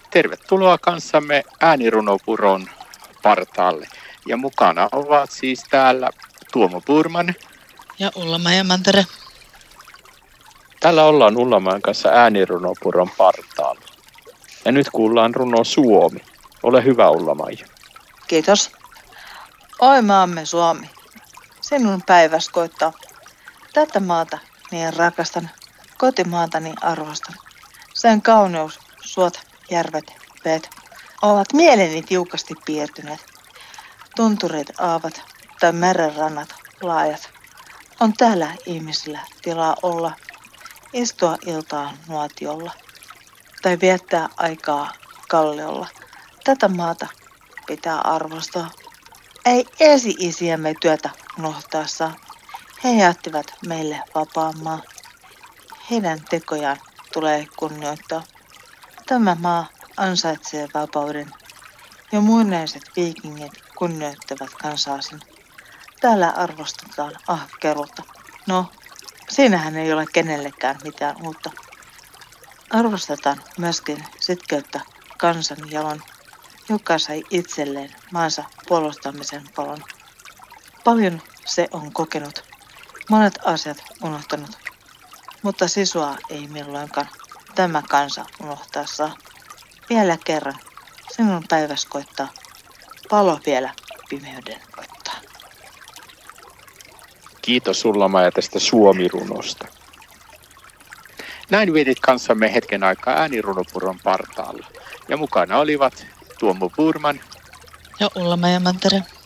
Tervetuloa kanssamme äänirunopuron partaalle. Ja mukana ovat siis täällä Tuomo Purman ja Ulla-Maija Mantere. Täällä ollaan Ulla-Maijan kanssa äänirunopuron partaalla. Ja nyt kuullaan runo Suomi. Ole hyvä, Ulla-Maija. Kiitos. Oi maamme Suomi, sinun päiväs koittaa. Tätä maata niin rakastan, kotimaatani arvostan. Sen kauneus, suot, järvet, veet ovat mieleni tiukasti piirtyneet. Tunturit, aavat tai merenrannat laajat. On täällä ihmisillä tilaa olla, istua iltaa nuotiolla tai viettää aikaa kalliolla. Tätä maata pitää arvostaa. Ei esi-isiämme työtä unohtaa saa. He jättivät meille vapaan maa. Heidän tekojaan tulee kunnioittaa. Tämä maa ansaitsee vapauden. Ja muinaiset viikingit kunnioittavat kansaasin. Täällä arvostetaan ahkeruutta. No, siinähän ei ole kenellekään mitään uutta. Arvostetaan myöskin sitkeyttä kansan jalon, joka sai itselleen maansa puolustamisen palon. Paljon se on kokenut, monet asiat unohtanut, mutta sisua ei milloinkaan tämä kansa unohtaa saa. Vielä kerran sinun päiväs koittaa, palo vielä pimeyden koittaa. Kiitos Ulla-Maija tästä Suomi-runosta. Näin vietit kanssamme hetken aikaa äänirunopuron partaalla. Ja mukana olivat Tuomo Purman ja Ulla-Maija Mantere.